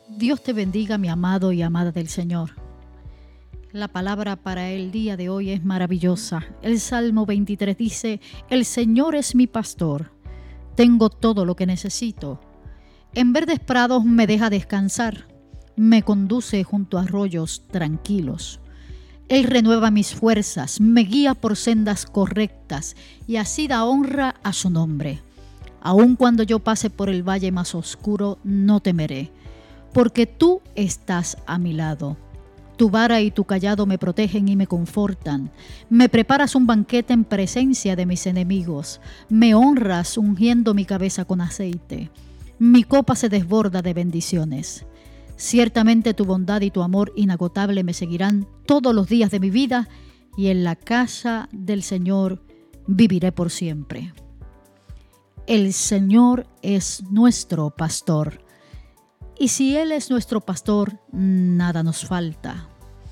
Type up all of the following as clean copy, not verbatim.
Dios te bendiga, mi amado y amada del Señor. La palabra para el día de hoy es maravillosa. El Salmo 23 dice: El Señor es mi pastor, tengo todo lo que necesito. En verdes prados me deja descansar, me conduce junto a arroyos tranquilos. Él renueva mis fuerzas, me guía por sendas correctas y así da honra a su nombre. Aun cuando yo pase por el valle más oscuro, no temeré, porque tú estás a mi lado. Tu vara y tu cayado me protegen y me confortan. Me preparas un banquete en presencia de mis enemigos. Me honras ungiendo mi cabeza con aceite. Mi copa se desborda de bendiciones. Ciertamente tu bondad y tu amor inagotable me seguirán todos los días de mi vida, y en la casa del Señor viviré por siempre. El Señor es nuestro pastor. Y si Él es nuestro pastor, nada nos falta.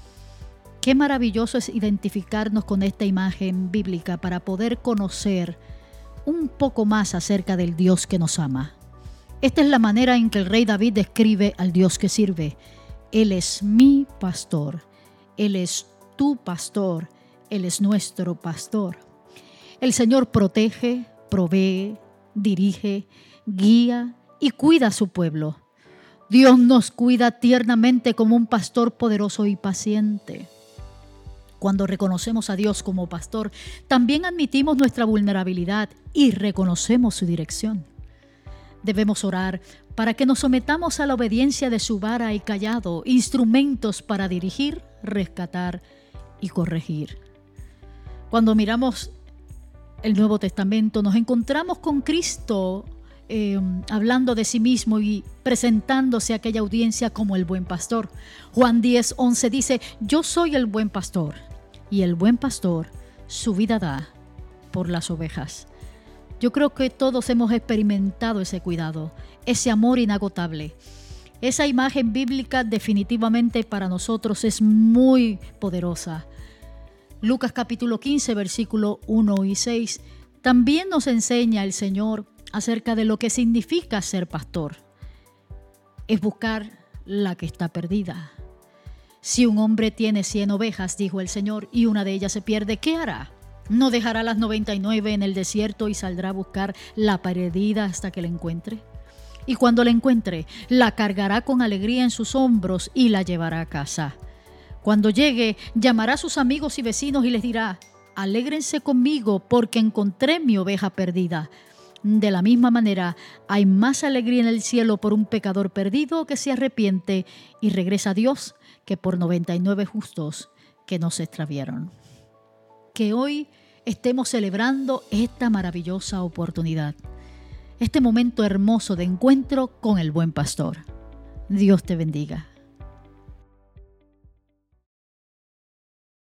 Qué maravilloso es identificarnos con esta imagen bíblica para poder conocer un poco más acerca del Dios que nos ama. Esta es la manera en que el rey David describe al Dios que sirve. Él es mi pastor, Él es tu pastor, Él es nuestro pastor. El Señor protege, provee, dirige, guía y cuida a su pueblo. Dios nos cuida tiernamente como un pastor poderoso y paciente. Cuando reconocemos a Dios como pastor, también admitimos nuestra vulnerabilidad y reconocemos su dirección. Debemos orar para que nos sometamos a la obediencia de su vara y cayado, instrumentos para dirigir, rescatar y corregir. Cuando miramos el Nuevo Testamento, nos encontramos con Cristo hablando de sí mismo y presentándose a aquella audiencia como el buen pastor. Juan 10:11 dice: yo soy el buen pastor, y el buen pastor su vida da por las ovejas. Yo creo que todos hemos experimentado ese cuidado, ese amor inagotable. Esa imagen bíblica definitivamente para nosotros es muy poderosa. Lucas capítulo 15, versículo 1 y 6, también nos enseña el Señor acerca de lo que significa ser pastor. Es buscar la que está perdida. Si un hombre tiene 100 ovejas, dijo el Señor, y una de ellas se pierde, ¿qué hará? ¿No dejará las 99 en el desierto y saldrá a buscar la perdida hasta que la encuentre? Y cuando la encuentre, la cargará con alegría en sus hombros y la llevará a casa. Cuando llegue, llamará a sus amigos y vecinos y les dirá: alégrense conmigo porque encontré mi oveja perdida. De la misma manera, hay más alegría en el cielo por un pecador perdido que se arrepiente y regresa a Dios que por 99 justos que no se extraviaron. Que hoy estemos celebrando esta maravillosa oportunidad, este momento hermoso de encuentro con el buen pastor. Dios te bendiga.